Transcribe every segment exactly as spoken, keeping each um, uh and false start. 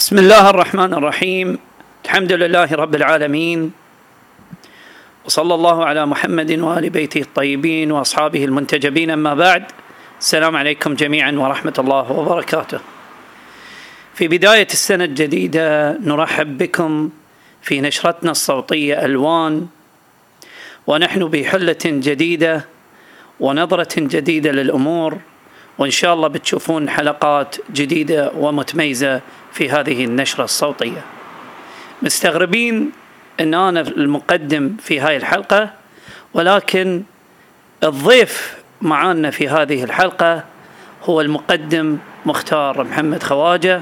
بسم الله الرحمن الرحيم. الحمد لله رب العالمين، وصلى الله على محمد وآل بيته الطيبين وأصحابه المنتجبين، أما بعد. السلام عليكم جميعا ورحمة الله وبركاته. في بداية السنة الجديدة نرحب بكم في نشرتنا الصوتية ألوان، ونحن بحلة جديدة ونظرة جديدة للأمور، وإن شاء الله بتشوفون حلقات جديدة ومتميزة في هذه النشرة الصوتية. مستغربين أن أنا المقدم في هذه الحلقة، ولكن الضيف معنا في هذه الحلقة هو المقدم مختار محمد خواجة،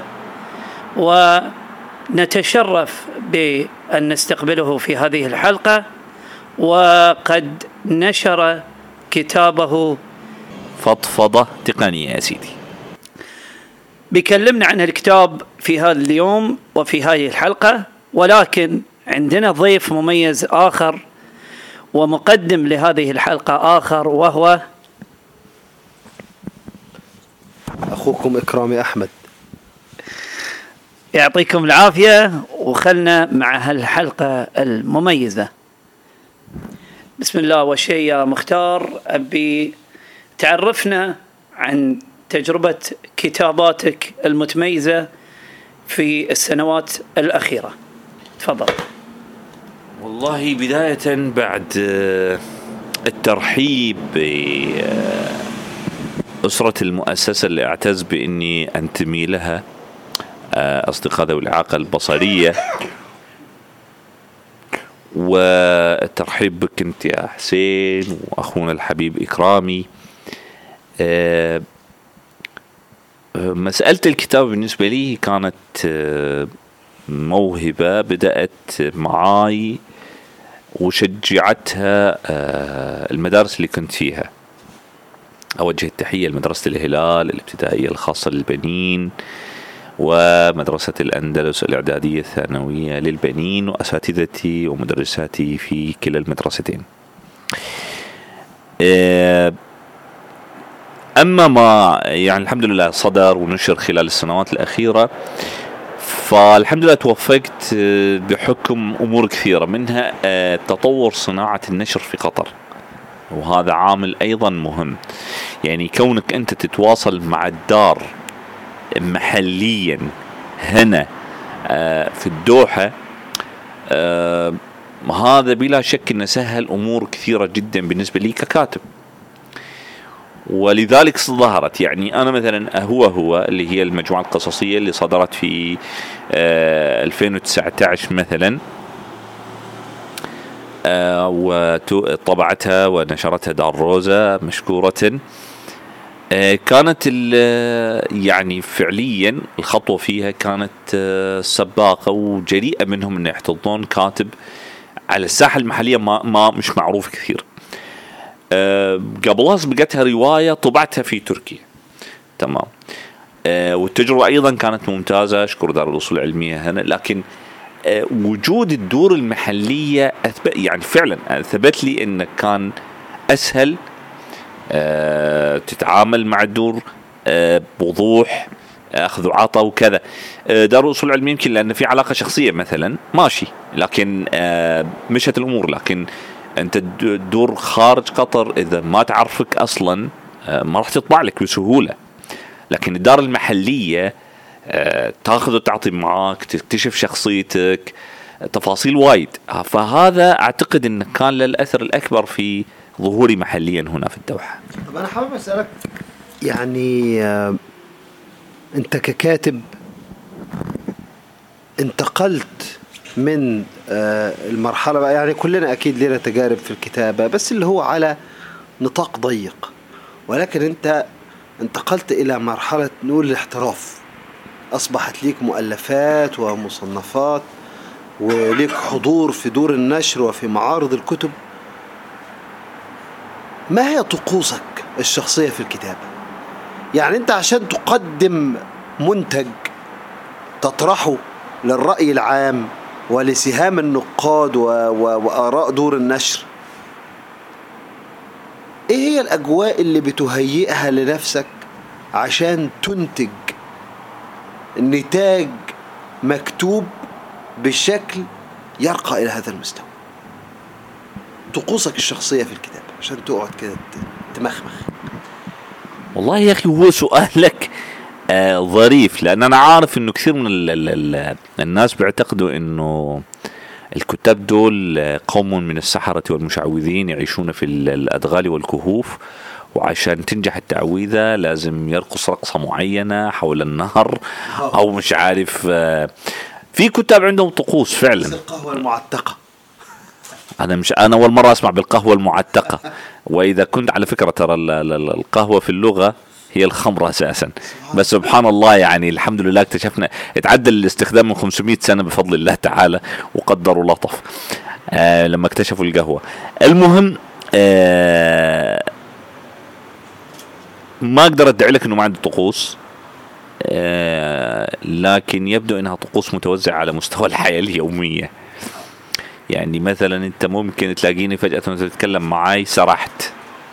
ونتشرف بأن نستقبله في هذه الحلقة. وقد نشر كتابه فضفضة تقنية يا سيدي. بيكلمنا عن الكتاب في هذا اليوم وفي هذه الحلقة، ولكن عندنا ضيف مميز آخر ومقدم لهذه الحلقة آخر، وهو أخوكم إكرامي أحمد. يعطيكم العافية، وخلنا مع هالحلقة المميزة. بسم الله. وشيء يا مختار، أبي تعرفنا عن تجربة كتاباتك المتميزة في السنوات الأخيرة. تفضل. والله بداية بعد الترحيب بأسرة المؤسسة اللي أعتز بإني أنتمي لها، أصدقاء ذوي الإعاقة البصرية، والترحيب بك أنت يا حسين وأخونا الحبيب إكرامي. مسألة الكتاب بالنسبة لي كانت موهبة بدأت معاي وشجعتها المدارس اللي كنت فيها. أوجه التحية لمدرسة الهلال الابتدائية الخاصة للبنين، ومدرسة الأندلس الإعدادية الثانوية للبنين، وأساتذتي ومدرساتي في كلا المدرستين. أما ما يعني الحمد لله صدر ونشر خلال السنوات الأخيرة، فالحمد لله توفقت بحكم أمور كثيرة، منها تطور صناعة النشر في قطر، وهذا عامل أيضا مهم. يعني كونك أنت تتواصل مع الدار محليا هنا في الدوحة، هذا بلا شك أنه سهل أمور كثيرة جدا بالنسبة لي ككاتب. ولذلك ظهرت يعني أنا مثلا هو هو اللي هي المجموعة القصصية اللي صدرت في ألفين وتسعة عشر مثلا، وطبعتها ونشرتها دار روزا مشكورة. كانت يعني فعليا الخطوة فيها كانت سباقة وجريئة منهم أن يحتضنون كاتب على الساحة المحلية ما, ما مش معروف كثير. أه قبلها سبقتها رواية طبعتها في تركيا، تمام. أه والتجربة أيضا كانت ممتازة، أشكر دار الوصول العلمية هنا. لكن أه وجود الدور المحلية أثبت يعني فعلا أثبت لي أنه كان أسهل أه تتعامل مع الدور أه بوضوح، أخذ وعطاء وكذا. أه دار الوصول العلمية يمكن لأن في علاقة شخصية مثلا ماشي، لكن أه مشت الأمور. لكن أنت تدور خارج قطر إذا ما تعرفك أصلا ما راح تطبع لك بسهولة. لكن الدار المحلية تأخذ وتعطي معاك، تكتشف شخصيتك، تفاصيل وايد. فهذا أعتقد أنه كان له الأثر الأكبر في ظهوري محليا هنا في الدوحة. طب أنا حابب أسألك، يعني أنت ككاتب انتقلت من المرحلة بقى، يعني كلنا أكيد لنا تجارب في الكتابة بس اللي هو على نطاق ضيق، ولكن أنت انتقلت إلى مرحلة نقول الاحتراف. أصبحت ليك مؤلفات ومصنفات وليك حضور في دور النشر وفي معارض الكتب. ما هي طقوسك الشخصية في الكتابة؟ يعني أنت عشان تقدم منتج تطرحه للرأي العام ولسهام النقاد و... و... وآراء دور النشر، ايه هي الأجواء اللي بتهيئها لنفسك عشان تنتج نتاج مكتوب بشكل يرقى إلى هذا المستوى. طقوسك الشخصية في الكتاب عشان تقعد كده تمخمخ. والله يا أخي هو سؤالك آه ظريف، لأن أنا عارف إنه كثير من ال ال ال الناس بيعتقدوا إنه الكتاب دول قوم من السحرة والمشعوذين يعيشون في الأدغال والكهوف، وعشان تنجح التعويذة لازم يرقص رقصة معينة حول النهر أو مش عارف. في كتاب عندهم طقوس فعلا. القهوة المعتقة. أنا مش أنا أول مرة أسمع بالقهوة المعتقة. وإذا كنت على فكرة ترى القهوة في اللغة هي الخمرة أساسا، بس سبحان الله يعني الحمد لله اكتشفنا اتعدل الاستخدام من خمسمائة سنة بفضل الله تعالى وقدر لطف آه لما اكتشفوا القهوة. المهم آه ما اقدر ادعي لك انه ما عنده طقوس، آه لكن يبدو انها طقوس متوزعة على مستوى الحياة اليومية. يعني مثلا انت ممكن تلاقيني فجأة تتكلم معاي سرحت،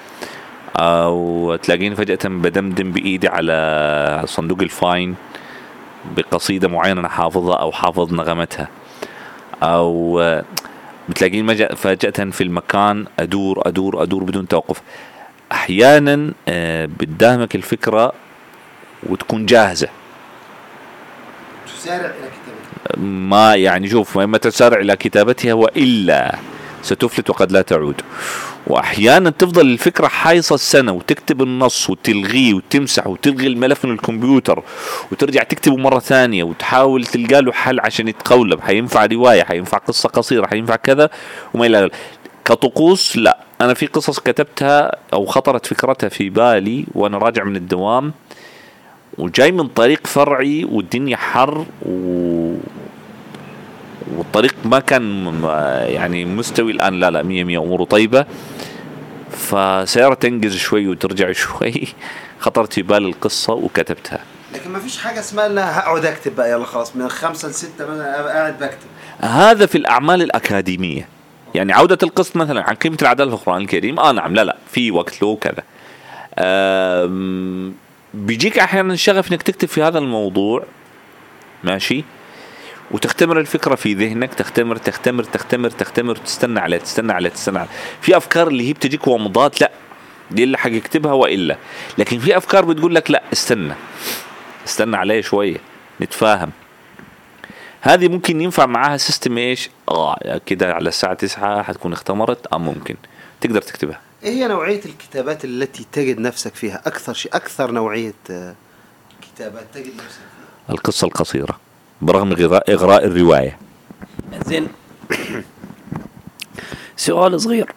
او تلاقيني فجأة بدمدم بايدي على صندوق الفاين بقصيدة معينة انا حافظها او حافظ نغمتها، او بتلاقيني فجأة في المكان ادور ادور ادور بدون توقف. احيانا بتداهمك الفكرة وتكون جاهزة، تسارع الى كتابتها. ما يعني شوف ما تسارع الى كتابتها والا ستفلت وقد لا تعود. واحيانا تفضل الفكرة حايصة السنة وتكتب النص وتلغيه وتمسح وتلغي الملف من الكمبيوتر وترجع تكتبه مرة ثانية وتحاول تلقى له حل عشان يتقولب، حينفع رواية، حينفع قصة قصيرة، حينفع كذا وما إلى ذلك. كطقوس لا، أنا في قصص كتبتها أو خطرت فكرتها في بالي وأنا راجع من الدوام وجاي من طريق فرعي والدنيا حر و... والطريق ما كان يعني مستوي الآن، لا لا مية مية أموره طيبة، فسيارة تنجز شوي وترجع شوي، خطرت في بالي القصة وكتبتها. لكن ما فيش حاجة اسمها لا هقعد أكتب بقى يلا خلاص من خمسة لستة أنا قاعد بكتب. هذا في الأعمال الأكاديمية، يعني عودة القسط مثلا عن قيمة العدالة في القرآن الكريم آه نعم لا لا في وقت له كذا. بيجيك أحيانا شغف إنك تكتب في هذا الموضوع ماشي، وتختمر الفكرة في ذهنك، تختمر تختمر تختمر تختمر تستنى عليه تستنى عليه تستنى عليه. في أفكار اللي هي بتجيك ومضات لا دي اللي حق يكتبها وإلا، لكن في أفكار بتقول لك لا استنى استنى عليه شوية نتفاهم. هذه ممكن ينفع معاها سيستم إيش آه كده على الساعة تسعة حتكون اختمرت أم ممكن تقدر تكتبها. إيه هي نوعية الكتابات التي تجد نفسك فيها أكثر شيء، أكثر نوعية كتابات تجد نفسك فيها؟ القصة القصيرة برغم إغراء الرواية. زين سؤال صغير،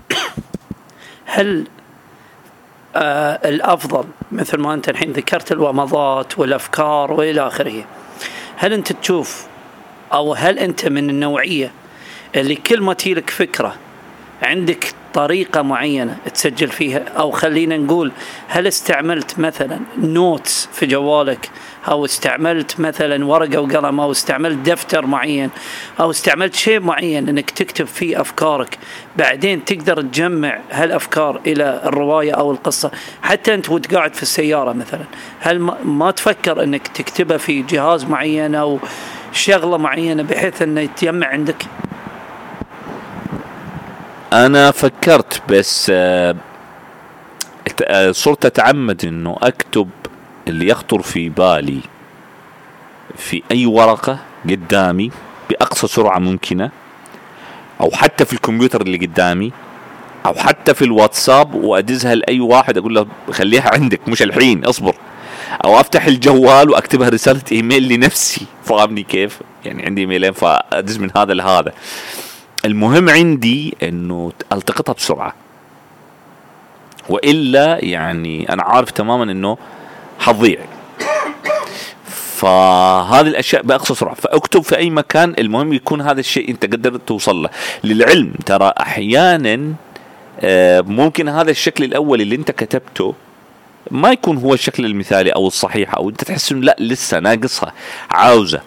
هل آه الأفضل مثل ما أنت الحين ذكرت الومضات والأفكار وإلى آخره، هل أنت تشوف أو هل أنت من النوعية اللي كل ما تيلك فكرة عندك طريقة معينة تسجل فيها، أو خلينا نقول هل استعملت مثلا نوتس في جوالك أو استعملت مثلا ورقة وقلم أو استعملت دفتر معين أو استعملت شيء معين أنك تكتب فيه أفكارك بعدين تقدر تجمع هالأفكار إلى الرواية أو القصة؟ حتى أنت وتقاعد في السيارة مثلا هل ما تفكر أنك تكتبها في جهاز معين أو شغلة معينة بحيث أنه يتجمع عندك؟ أنا فكرت بس صرت أتعمد أنه أكتب اللي يخطر في بالي في أي ورقة قدامي بأقصى سرعة ممكنة، أو حتى في الكمبيوتر اللي قدامي، أو حتى في الواتساب وأدزها لأي واحد أقول له خليها عندك مش الحين اصبر، أو أفتح الجوال وأكتبها رسالة إيميل لنفسي. فاهمني كيف؟ يعني عندي إيميلين فأدز من هذا لهذا. المهم عندي أنه ألتقطها بسرعة، وإلا يعني أنا عارف تماما أنه حضيع. فهذه الأشياء بأقصى سرعة، فأكتب في أي مكان، المهم يكون هذا الشيء أنت قدرت توصل له. للعلم ترى أحيانا ممكن هذا الشكل الأول اللي أنت كتبته ما يكون هو الشكل المثالي أو الصحيح، أو أنت تحس أنه لا لسه ناقصها عاوزة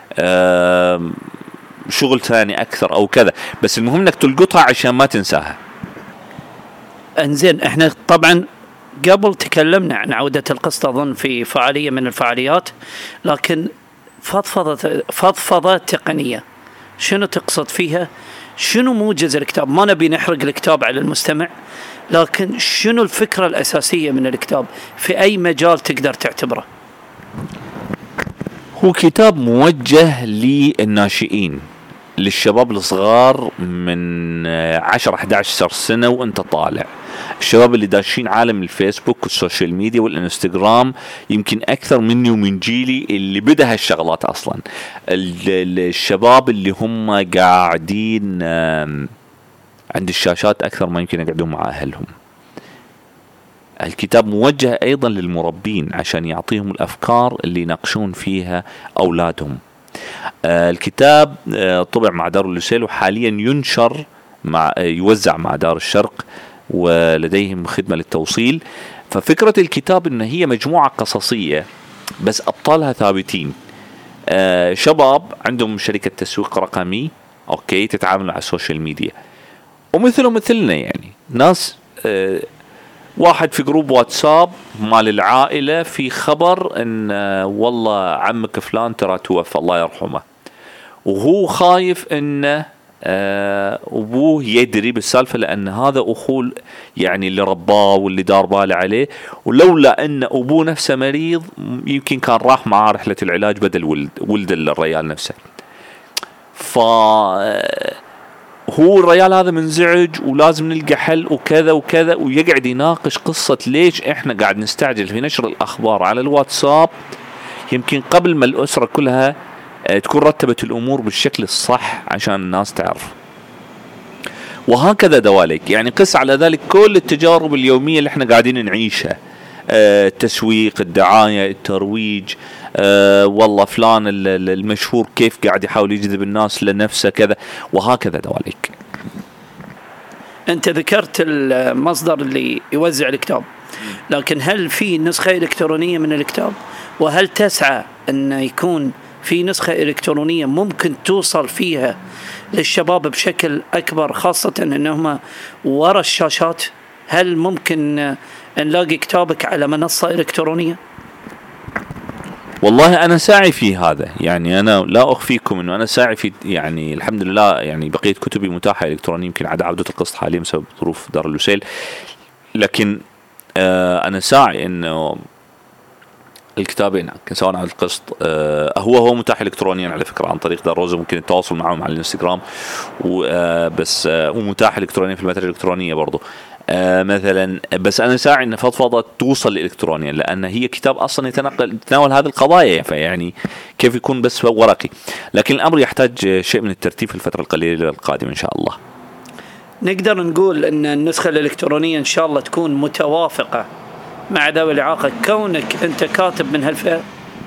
شغل ثاني أكثر أو كذا، بس المهم أنك تلقطها عشان ما تنساها. انزين احنا طبعا قبل تكلمنا عن عودة القسط أظن في فعالية من الفعاليات، لكن فضفضة فضفضة تقنية، شنو تقصد فيها؟ شنو موجز الكتاب؟ ما نبي نحرق الكتاب على المستمع، لكن شنو الفكرة الأساسية من الكتاب؟ في أي مجال تقدر تعتبره؟ هو كتاب موجه للناشئين، للشباب الصغار من عشرة إحدى عشر سنة وانت طالع، الشباب اللي داشين عالم الفيسبوك والسوشيال ميديا والانستغرام يمكن اكثر مني ومن جيلي اللي بدا هالشغلات اصلا، الشباب اللي هم قاعدين عند الشاشات اكثر ما يمكن يقعدون مع اهلهم. الكتاب موجه ايضا للمربين عشان يعطيهم الافكار اللي يناقشون فيها اولادهم. الكتاب طبع مع دار اللوسيل وحاليا ينشر مع يوزع مع دار الشرق ولديهم خدمة للتوصيل. ففكرة الكتاب إن هي مجموعة قصصية بس أبطالها ثابتين، آه شباب عندهم شركة تسويق رقمي أوكي تتعامل مع السوشيال ميديا، ومثله مثلنا يعني ناس آه واحد في جروب واتساب مال العائلة في خبر إن آه والله عمك فلان ترى توفى الله يرحمه، وهو خايف إنه آه أبوه يدري بالسالفة لأن هذا أخوه يعني اللي رباه واللي دار باله عليه، ولولا أن أبوه نفسه مريض يمكن كان راح معاه رحلة العلاج بدل ولد ولد الريال نفسه. فهو الريال هذا منزعج ولازم نلقى حل وكذا وكذا، ويقعد يناقش قصة ليش إحنا قاعد نستعجل في نشر الأخبار على الواتساب يمكن قبل ما الأسرة كلها تكون رتبت الأمور بالشكل الصح عشان الناس تعرف. وهكذا دواليك يعني قس على ذلك كل التجارب اليومية اللي احنا قاعدين نعيشها، اه التسويق، الدعاية، الترويج، اه والله فلان المشهور كيف قاعد يحاول يجذب الناس لنفسه كذا، وهكذا دواليك. انت ذكرت المصدر اللي يوزع الكتاب، لكن هل في نسخة إلكترونية من الكتاب؟ وهل تسعى أن يكون في نسخة إلكترونية ممكن توصل فيها للشباب بشكل أكبر، خاصة أنهم وراء الشاشات؟ هل ممكن نلاقي كتابك على منصة إلكترونية؟ والله أنا ساعي في هذا، يعني أنا لا أخفيكم أنه أنا ساعي في، يعني الحمد لله يعني بقية كتبي متاحة إلكترونيا، يمكن عدا عودة القسط حاليا بسبب ظروف دار اللوسيل، لكن آه أنا ساعي أنه الكتابين سواء على القسط آه هو هو متاح الكترونيا على فكره عن طريق دار روزا، ممكن التواصل معهم على الانستغرام آه بس آه ومتاح الكترونيا في المتاجر الالكترونيه برضو آه مثلا. بس انا ساعي ان فضفضه توصل الالكترونيا لان هي كتاب اصلا يتنقل يتناول هذه القضايا، فيعني كيف يكون بس ورقي، لكن الامر يحتاج شيء من الترتيب في الفتره القليله القادمه ان شاء الله. نقدر نقول ان النسخه الالكترونيه ان شاء الله تكون متوافقه مع ذوي الإعاقة كونك أنت كاتب من هالفئة؟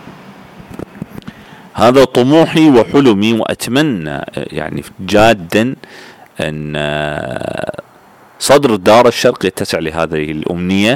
هذا طموحي وحلمي، وأتمنى يعني جادا أن صدر دار الشرق يتسع لهذه الأمنية،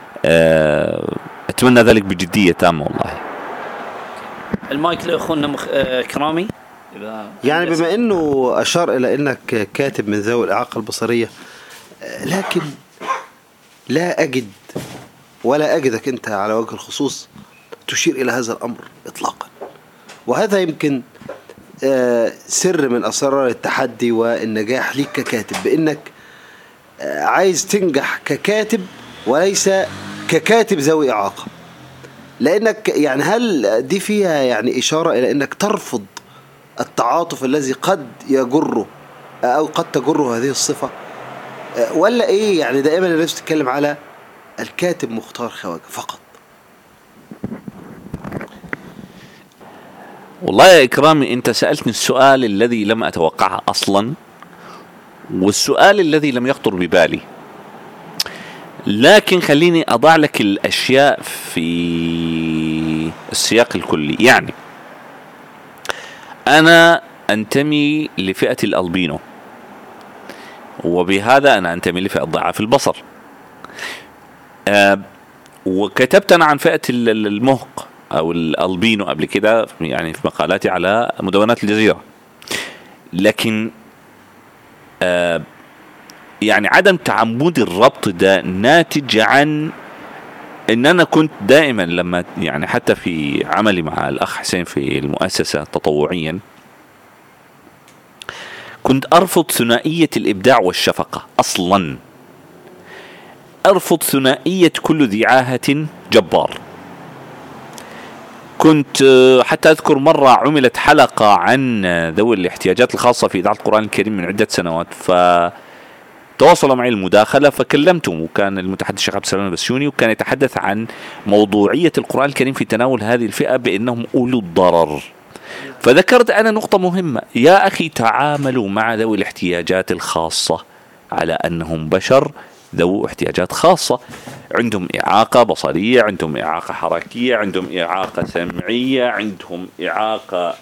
أتمنى ذلك بجدية تامة والله. المايك لأخونا مخ... كرامي. يعني بما أنه أشار إلى أنك كاتب من ذوي الإعاقة البصرية، لكن لا أجد ولا أجدك أنت على وجه الخصوص تشير إلى هذا الأمر إطلاقا، وهذا يمكن سر من أسرار التحدي والنجاح ليك ككاتب، بأنك عايز تنجح ككاتب وليس ككاتب ذوي إعاقة. لأنك يعني هل دي فيها يعني إشارة إلى أنك ترفض التعاطف الذي قد يجره أو قد تجره هذه الصفة، ولا إيه؟ يعني دائما الناس تتكلم على الكاتب مختار خواجة فقط. والله يا إكرامي أنت سألتني السؤال الذي لم أتوقعه أصلا، والسؤال الذي لم يخطر ببالي، لكن خليني أضع لك الأشياء في السياق الكلي. يعني أنا أنتمي لفئة الألبينو، وبهذا أنا أنتمي لفئة ضعاف البصر. أه وكتبت أنا عن فئة المهق أو الألبينو قبل كده يعني في مقالاتي على مدونات الجزيرة، لكن أه يعني عدم تعمد الربط ده ناتج عن ان انا كنت دائما لما يعني حتى في عملي مع الاخ حسين في المؤسسة تطوعيا كنت ارفض ثنائية الابداع والشفقة اصلا، ارفض ثنائية كل ذي عاهة جبار. كنت حتى اذكر مرة عملت حلقة عن ذوي الاحتياجات الخاصة في اذاعة القرآن الكريم من عدة سنوات، فتواصل معي المداخلة فكلمتهم، وكان المتحدث الشيخ عبد السلام البسيوني، وكان يتحدث عن موضوعية القرآن الكريم في تناول هذه الفئة بانهم اولو الضرر. فذكرت انا نقطة مهمة، يا اخي تعاملوا مع ذوي الاحتياجات الخاصة على انهم بشر ذو احتياجات خاصة، عندهم إعاقة بصرية، عندهم إعاقة حركية، عندهم إعاقة سمعية، عندهم إعاقة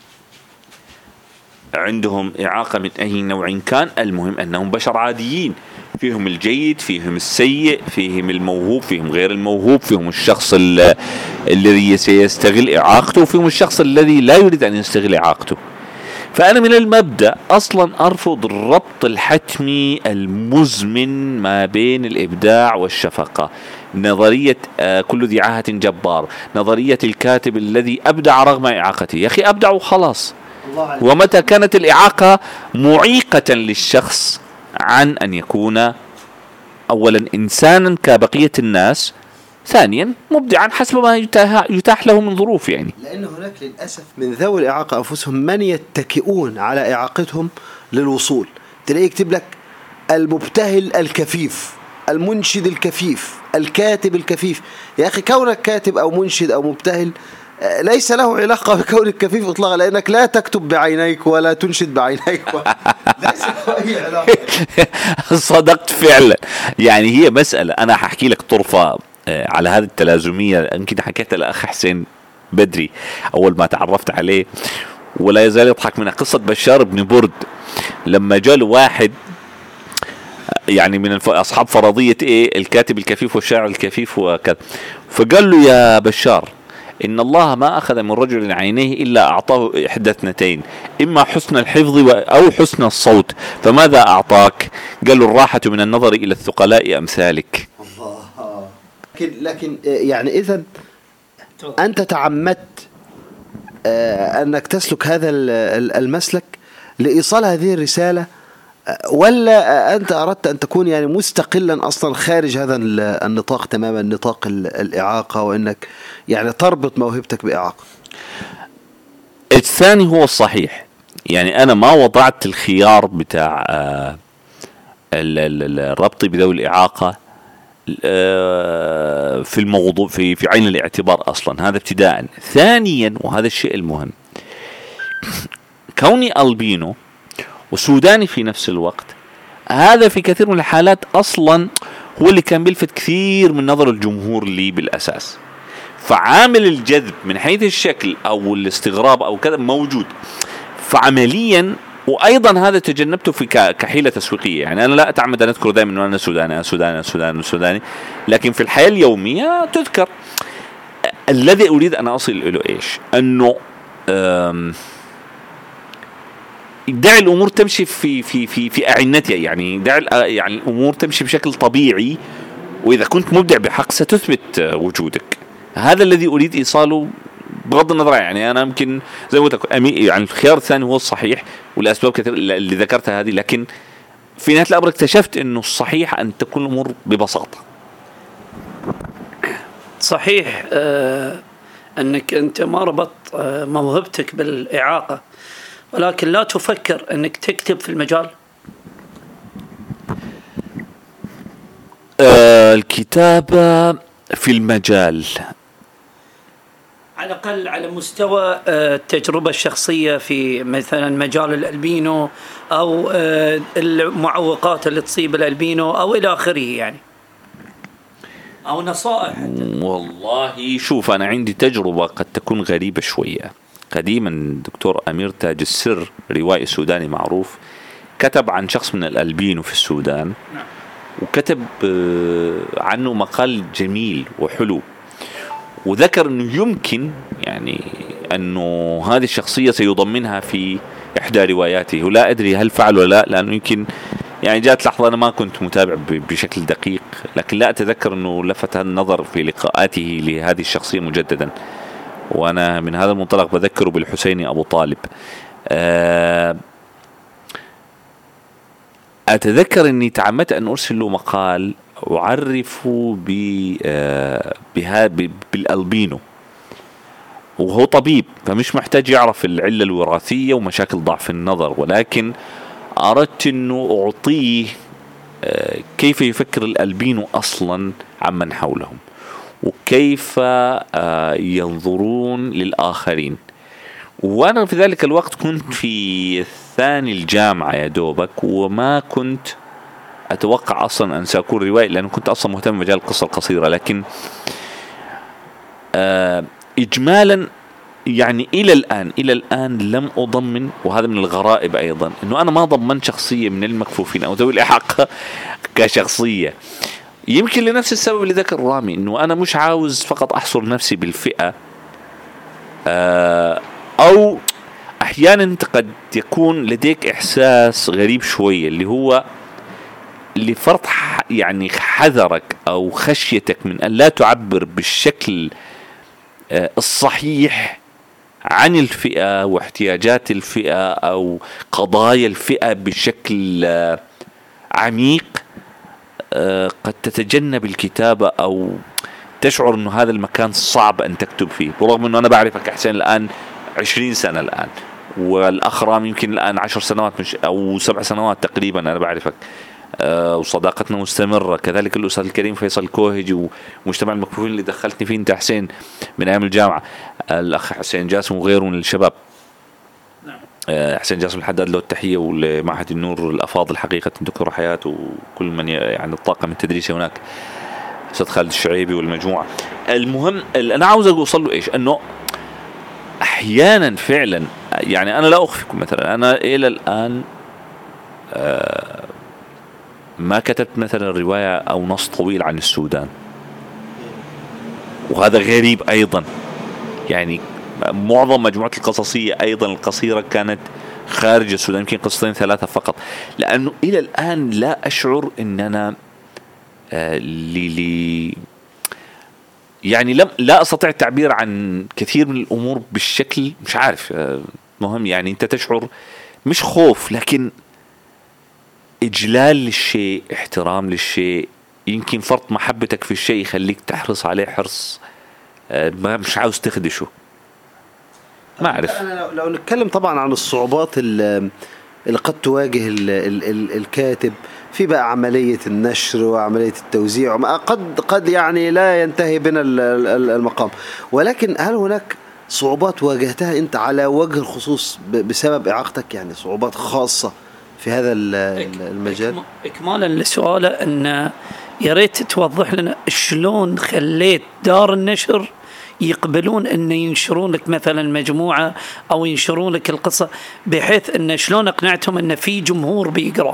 عندهم إعاقة من أي نوع كان. المهم أنهم بشر عاديين، فيهم الجيد، فيهم السيء، فيهم الموهوب، فيهم غير الموهوب، فيهم الشخص الذي سيستغل إعاقته، وفيهم الشخص الذي لا يريد أن يستغل إعاقته. فأنا من المبدأ أصلا أرفض الربط الحتمي المزمن ما بين الإبداع والشفقة. نظرية آه كل ذي عاهة جبار، نظرية الكاتب الذي أبدع رغم إعاقته. يا أخي أبدع وخلاص. ومتى كانت الإعاقة معيقة للشخص عن أن يكون أولا إنسانا كبقية الناس، ثانيا مبدعا حسب ما يتاح له من ظروف. يعني لأن هناك للأسف من ذوي الإعاقة أنفسهم من يتكئون على إعاقتهم للوصول. تلاقيه يكتب لك المبتهل الكفيف، المنشد الكفيف، الكاتب الكفيف. يا أخي كونك كاتب أو منشد أو مبتهل ليس له علاقة بكونك كفيف إطلاقا، لأنك لا تكتب بعينيك ولا تنشد بعينيك ليس له أي علاقة. صدقت فعلا. يعني هي مسألة، أنا هحكي لك طرفة على هذه التلازمية يمكن حكيتها لأخ حسين بدري أول ما تعرفت عليه ولا يزال يضحك منها. قصة بشار بن برد لما جاء واحد يعني من أصحاب فرضية إيه الكاتب الكفيف والشاعر الكفيف وكذا، فقال له يا بشار إن الله ما أخذ من رجل عينيه إلا أعطاه إحدى اثنتين، إما حسن الحفظ أو حسن الصوت، فماذا أعطاك؟ قال له الراحة من النظر إلى الثقلاء أمثالك. لكن لكن يعني إذا أنت تعمدت أنك تسلك هذا المسلك لإيصال هذه الرسالة، ولا أنت أردت أن تكون يعني مستقلا أصلا خارج هذا النطاق تماما، نطاق الإعاقة، وأنك يعني تربط موهبتك بإعاقة؟ الثاني هو الصحيح. يعني أنا ما وضعت الخيار بتاع الربط بذوي الإعاقة في الموضوع في في عين الاعتبار أصلا، هذا ابتداء. ثانيا وهذا الشيء المهم، كوني ألبينو وسوداني في نفس الوقت، هذا في كثير من الحالات أصلا هو اللي كان بيلفت كثير من نظر الجمهور لي بالأساس. فعامل الجذب من حيث الشكل أو الاستغراب أو كذا موجود. فعمليا وأيضا هذا تجنبته في كحيلة تسويقية. يعني أنا لا أتعمد أن أذكر دائما أنه أنا سوداني سوداني سوداني سوداني، لكن في الحياة اليومية تذكر. الذي أريد أن أصل إليه إيش؟ أنه دع الأمور تمشي في في في في أعنتها. يعني دع يعني الأمور تمشي بشكل طبيعي، وإذا كنت مبدع بحق ستثبت وجودك. هذا الذي أريد إيصاله بغض النظر. يعني أنا يمكن زي ما قلت يعني الخيار الثاني هو الصحيح والأسباب كثير اللي ذكرتها هذه، لكن في نهاية الأمر اكتشفت إنه الصحيح أن تكون الأمور ببساطة. صحيح آه أنك أنت ما ربط آه موهبتك بالإعاقة، ولكن لا تفكر أنك تكتب في المجال. آه الكتابة في المجال على الأقل على مستوى التجربة الشخصية في مثلا مجال الألبينو أو المعوقات اللي تصيب الألبينو أو إلى آخره، يعني أو نصائح. والله شوف، أنا عندي تجربة قد تكون غريبة شوية. قديما دكتور أمير تاج السر روائي سوداني معروف كتب عن شخص من الألبينو في السودان، وكتب عنه مقال جميل وحلو، وذكر أنه يمكن يعني أنه هذه الشخصية سيضمنها في إحدى رواياته، ولا أدري هل فعل ولا لا، لأنه يمكن يعني جاءت لحظة أنا ما كنت متابع بشكل دقيق، لكن لا أتذكر أنه لفت النظر في لقاءاته لهذه الشخصية مجددا، وأنا من هذا المنطلق بذكره بالحسيني أبو طالب. أتذكر أني تعمدت أن أرسل له مقال أعرفه بالألبينو، وهو طبيب فمش محتاج يعرف العلة الوراثية ومشاكل ضعف النظر، ولكن أردت أنه أعطيه كيف يفكر الألبينو أصلا عمن حولهم، وكيف ينظرون للآخرين. وأنا في ذلك الوقت كنت في ثاني الجامعة يا دوبك، وما كنت أتوقع أصلا أن سأكون روائي، لأنه كنت أصلا مهتم بمجال القصة القصيرة. لكن إجمالا يعني إلى الآن إلى الآن لم أضمن، وهذا من الغرائب أيضا، أنه أنا ما ضمنت شخصية من المكفوفين أو ذوي الإعاقة كشخصية، يمكن لنفس السبب اللي ذكر رامي، أنه أنا مش عاوز فقط أحصر نفسي بالفئة، أو أحيانا قد يكون لديك إحساس غريب شوية اللي هو لفرط يعني حذرك أو خشيتك من أن لا تعبر بالشكل الصحيح عن الفئة واحتياجات الفئة أو قضايا الفئة بشكل عميق، قد تتجنب الكتابة أو تشعر أنه هذا المكان صعب أن تكتب فيه، برغم أنه أنا بعرفك حسين الآن عشرين سنة الآن، والأخرام يمكن الآن عشر سنوات مش أو سبع سنوات تقريبا أنا بعرفك، أه وصداقتنا مستمرة. كذلك الأستاذ الكريم فيصل كوهجي ومجتمع المكفوفين اللي دخلتني فيه أنت حسين من أيام الجامعة، الأخ حسين جاسم وغيره من الشباب. أه حسين جاسم الحداد له التحية، ولمعهد النور الأفاضل حقيقة دكتور حياة وكل من يعني الطاقم التدريسي هناك، أستاذ خالد الشعيبي والمجموعة. المهم أنا عاوز أوصل له إيش، أنه أحيانا فعلا يعني أنا لا أخفيكم مثلا أنا إلى الآن أه ما كتبت مثلا رواية أو نص طويل عن السودان، وهذا غريب أيضا. يعني معظم مجموعة القصصية أيضا القصيرة كانت خارج السودان، يمكن قصتين ثلاثة فقط، لأنه إلى الآن لا أشعر أن أنا آه لي لي يعني لم لا أستطيع التعبير عن كثير من الأمور بالشكل مش عارف آه مهم. يعني أنت تشعر مش خوف لكن إجلال للشيء، احترام للشيء، يمكن فرط محبتك في الشيء يخليك تحرص عليه حرص ما مش عاوز تخدشه. ما أعرف. أنا لو نتكلم طبعا عن الصعوبات اللي قد تواجه ال ال ال الكاتب في بقى عملية النشر وعملية التوزيع، قد قد يعني لا ينتهي بنا المقام، ولكن هل هناك صعوبات واجهتها أنت على وجه الخصوص بسبب إعاقتك، يعني صعوبات خاصة في هذا المجال؟ إكمالا لسؤاله أن يا ريت توضح لنا شلون خليت دار النشر يقبلون أن ينشرون لك مثلا مجموعة أو ينشرون لك القصة، بحيث أن شلون أقنعتهم أن في جمهور بيقرأ.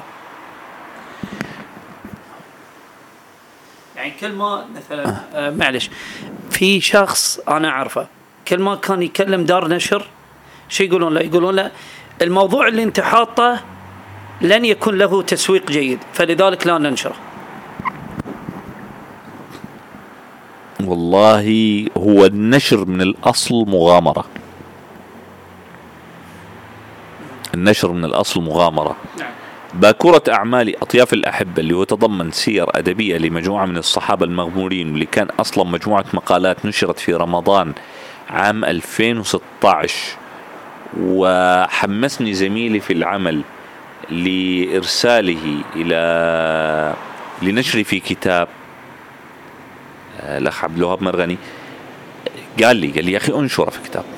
يعني كل ما مثلا آه معلش في شخص أنا أعرفه كل ما كان يكلم دار نشر شو يقولون له؟ يقولون له الموضوع اللي انت حاطه لن يكون له تسويق جيد فلذلك لا ننشره. والله هو النشر من الأصل مغامرة، النشر من الأصل مغامرة. باكورة أعمالي أطياف الأحبة اللي هو تضمن سير أدبية لمجموعة من الصحابة المغمورين، واللي كان أصلا مجموعة مقالات نشرت في رمضان عام ألفين وستة عشر، وحمسني زميلي في العمل لإرساله إلى لنشري في كتاب الأخ عبد الوهاب مرغني. قال لي قال لي يا أخي أنشره في كتاب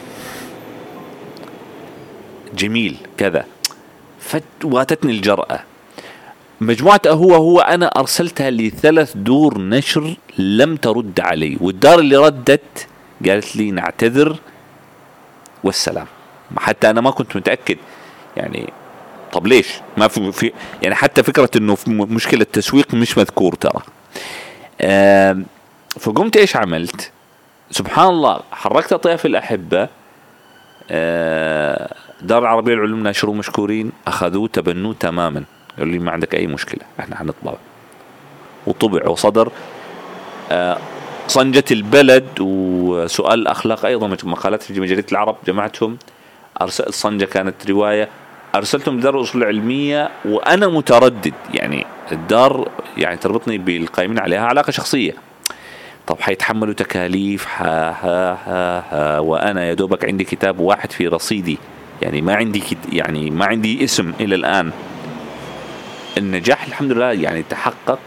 جميل كذا، فواتتني الجرأة. مجموعة هو هو أنا أرسلتها لثلاث دور نشر لم ترد علي، والدار اللي ردت قالت لي نعتذر والسلام. حتى أنا ما كنت متأكد يعني طب ليش ما في, في يعني حتى فكرة إنه في مشكلة تسويق مش مذكور ترى. آه فقمت إيش عملت؟ سبحان الله حركت أطياف الأحبة، آه دار العربية العلوم ناشروا مشكورين، أخذوه تبنوه تماما، يقول لي ما عندك أي مشكلة، إحنا حنطبعه. وطبع وصدر. آه صنجة البلد وسؤال الأخلاق أيضا مقالات في مجلة العرب جمعتهم، أرسل الصنجة كانت رواية، أرسلتهم لدار الأصول العلمية وأنا متردد، يعني الدار يعني تربطني بالقائمين عليها علاقة شخصية، طب حيتحملوا تكاليف ها ها ها ها وأنا يدوبك عندي كتاب واحد في رصيدي، يعني ما عندي كت يعني ما عندي اسم إلى الآن. النجاح الحمد لله يعني تحقق.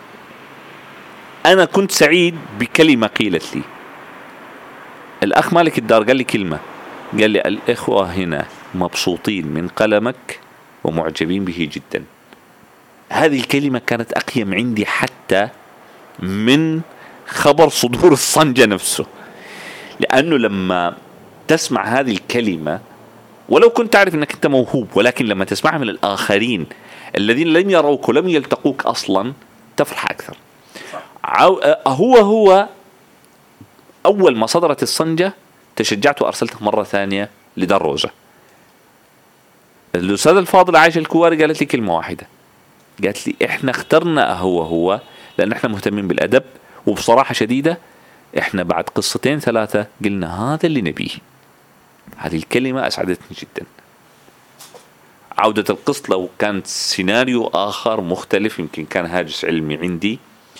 أنا كنت سعيد بكلمة قيلت لي. الأخ مالك الدار قال لي كلمة، قال لي الإخوة هنا مبسوطين من قلمك ومعجبين به جدا. هذه الكلمة كانت أقيم عندي حتى من خبر صدور الصنجة نفسه، لأنه لما تسمع هذه الكلمة ولو كنت تعرف أنك أنت موهوب، ولكن لما تسمعها من الآخرين الذين لم يروك ولم يلتقوك أصلا تفرح أكثر. هو هو أول ما صدرت الصنجة تشجعت وأرسلتها مرة ثانية لدار روزة. الأستاذ الفاضل عائشة الكواري قالت لي كلمة واحدة، قالت لي إحنا اخترنا هو هو لأن إحنا مهتمين بالأدب، وبصراحة شديدة إحنا بعد قصتين ثلاثة قلنا هذا اللي نبيه. هذه الكلمة أسعدتني جدا. عودة القصة لو كانت سيناريو آخر مختلف، يمكن كان هاجس علمي عندي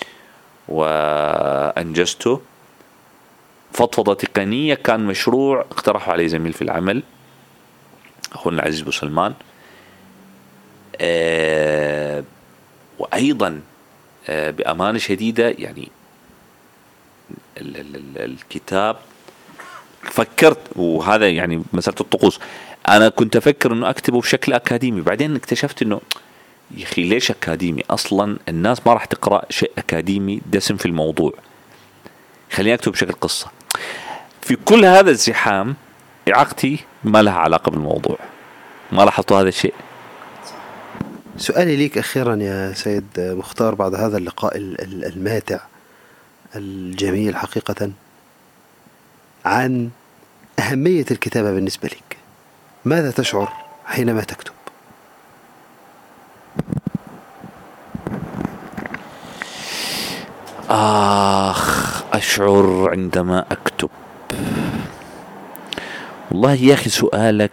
وأنجزته. فضفضة تقنية كان مشروع اقترحه عليه زميل في العمل أخونا العزيز بو سلمان. أه وأيضا أه بأمانة شديدة يعني ال ال ال الكتاب فكرت، وهذا يعني مسألة الطقوس، أنا كنت أفكر أنه أكتبه بشكل أكاديمي، بعدين اكتشفت أنه يا أخي ليش أكاديمي؟ أصلا الناس ما راح تقرأ شيء أكاديمي دسم في الموضوع، خليني أكتب بشكل قصة. في كل هذا الزحام إعاقتي ما لها علاقة بالموضوع، ما لاحظتوا هذا الشيء. سؤالي ليك أخيرا يا سيد مختار بعد هذا اللقاء الماتع الجميل حقيقة عن أهمية الكتابة بالنسبة لك، ماذا تشعر حينما تكتب؟ آخ أشعر عندما أكتب، والله يا أخي سؤالك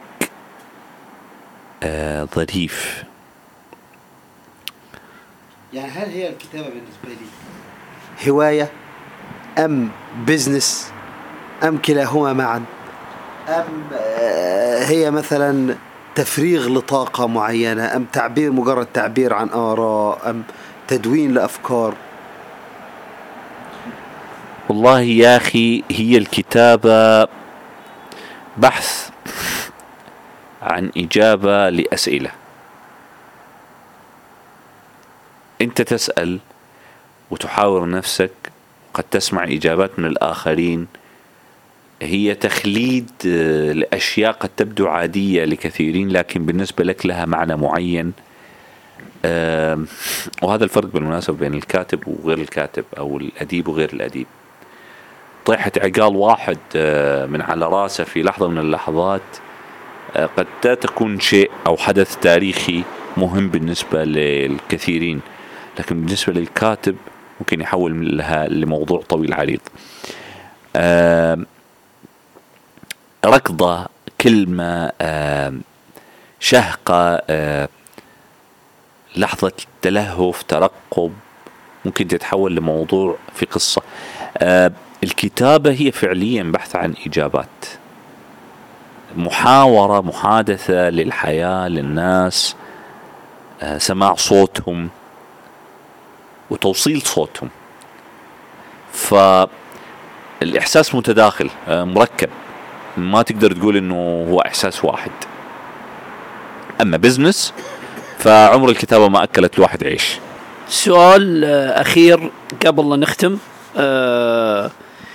آه ظريف. يعني هل هي الكتابة بالنسبة لي هواية أم بزنس أم كلاهما معا، أم آه هي مثلا تفريغ لطاقة معينة، أم تعبير مجرد تعبير عن آراء، أم تدوين لأفكار؟ والله يا أخي هي الكتابة بحث عن إجابة لأسئلة. أنت تسأل وتحاور نفسك، قد تسمع إجابات من الآخرين هي تخليد لأشياء قد تبدو عادية لكثيرين لكن بالنسبة لك لها معنى معين. وهذا الفرق بالمناسبة بين الكاتب وغير الكاتب أو الأديب وغير الأديب. طيحة عقال واحد من على راسه في لحظة من اللحظات قد تكون شيء أو حدث تاريخي مهم بالنسبة للكثيرين، لكن بالنسبة للكاتب ممكن يحول لها لموضوع طويل عريض. ركضة، كلمة، شهقة، لحظة تلهف، ترقب، ممكن تتحول لموضوع في قصة. الكتابة هي فعليا بحث عن إجابات، محاورة، محادثة للحياة، للناس، سماع صوتهم وتوصيل صوتهم. فالإحساس متداخل مركب، ما تقدر تقول إنه هو إحساس واحد. أما بزنس فعمر الكتابة ما أكلت الواحد عيش. سؤال أخير قبل لا نختم، أه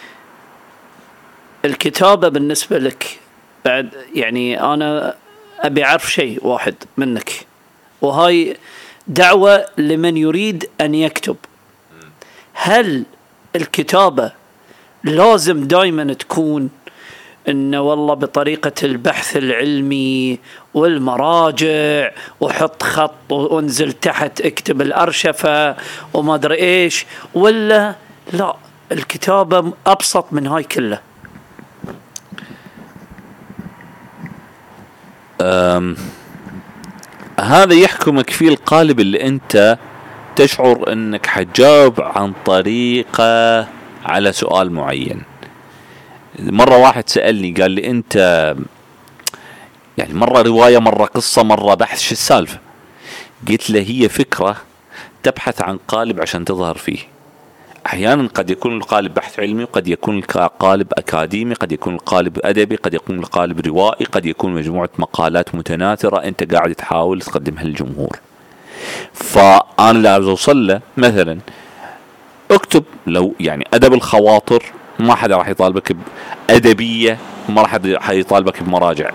الكتابة بالنسبة لك بعد، يعني أنا أبي أعرف شيء واحد منك، وهاي دعوة لمن يريد أن يكتب. هل الكتابة لازم دائما تكون إنه والله بطريقة البحث العلمي والمراجع، وحط خط وانزل تحت اكتب الأرشفة وما أدري إيش، ولا لا الكتابة أبسط من هاي كله؟ هذا يحكمك فيه القالب اللي أنت تشعر أنك حتجاوب عن طريقة على سؤال معين. مرة واحد سألني قال لي أنت يعني مرة رواية مرة قصة مرة بحث، شو السالفة؟ قلت له هي فكرة تبحث عن قالب عشان تظهر فيه. أحيانا قد يكون القالب بحث علمي، قد يكون القالب أكاديمي، قد يكون القالب أدبي، قد يكون القالب روائي، قد يكون مجموعة مقالات متناثرة أنت قاعد تحاول تقدمها للجمهور. فأنا اللي عاوز أوصل له مثلا اكتب لو يعني أدب الخواطر، ما حدا راح يطالبك بأدبية، ما راح يطالبك بمراجع.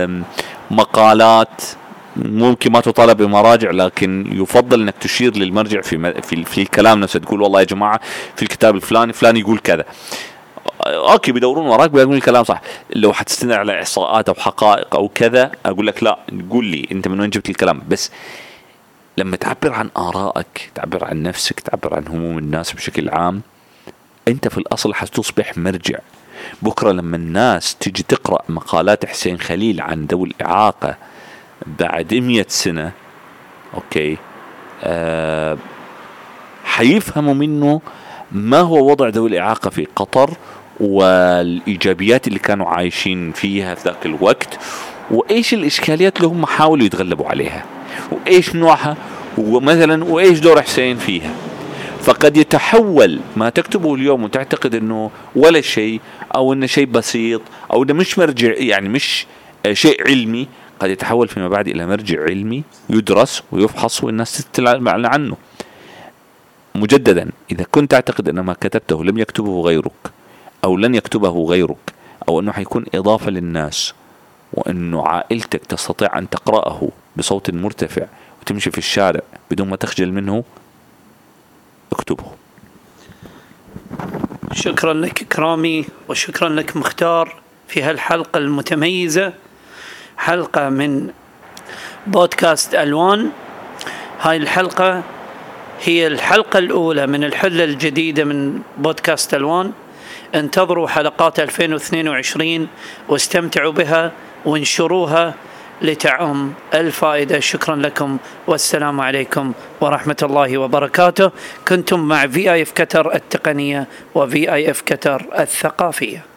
مقالات ممكن ما تطالب بمراجع، لكن يفضل انك تشير للمرجع في في, في الكلام نفسه، تقول والله يا جماعه في الكتاب الفلاني فلان يقول كذا. اوكي بيدورون وراك بيقولون الكلام صح. لو حتستند على احصاءات او حقائق او كذا اقول لك لا، قول لي انت من وين جبت الكلام. بس لما تعبر عن آرائك، تعبر عن نفسك، تعبر عن هموم الناس بشكل عام، انت في الاصل حتصبح مرجع. بكره لما الناس تيجي تقرا مقالات حسين خليل عن ذوي الاعاقه بعد مئة سنة، اوكي أه حيفهموا منه ما هو وضع ذوي الإعاقة في قطر، والإيجابيات اللي كانوا عايشين فيها في ذاك الوقت، وإيش الإشكاليات اللي هم حاولوا يتغلبوا عليها، وإيش نوعها، ومثلا وإيش دور حسين فيها. فقد يتحول ما تكتبه اليوم وتعتقد أنه ولا شيء، أو أنه شيء بسيط، أو أنه مش مرجع يعني مش شيء علمي، قد يتحول فيما بعد إلى مرجع علمي يدرس ويفحص والناس تتعلم عنه. مجددا إذا كنت تعتقد أن ما كتبته لم يكتبه غيرك، أو لن يكتبه غيرك، أو أنه حيكون إضافة للناس، وأنه عائلتك تستطيع أن تقرأه بصوت مرتفع وتمشي في الشارع بدون ما تخجل منه، اكتبه. شكرا لك كرامي، وشكرا لك مختار في هالحلقة المتميزة، حلقة من بودكاست ألوان. هاي الحلقة هي الحلقة الأولى من الحلة الجديدة من بودكاست ألوان. انتظروا حلقات ألفين واثنين وعشرين واستمتعوا بها وانشروها لتعم الفائدة. شكرا لكم والسلام عليكم ورحمة الله وبركاته. كنتم مع في آي إف قطر التقنية وفي آي إف قطر الثقافية.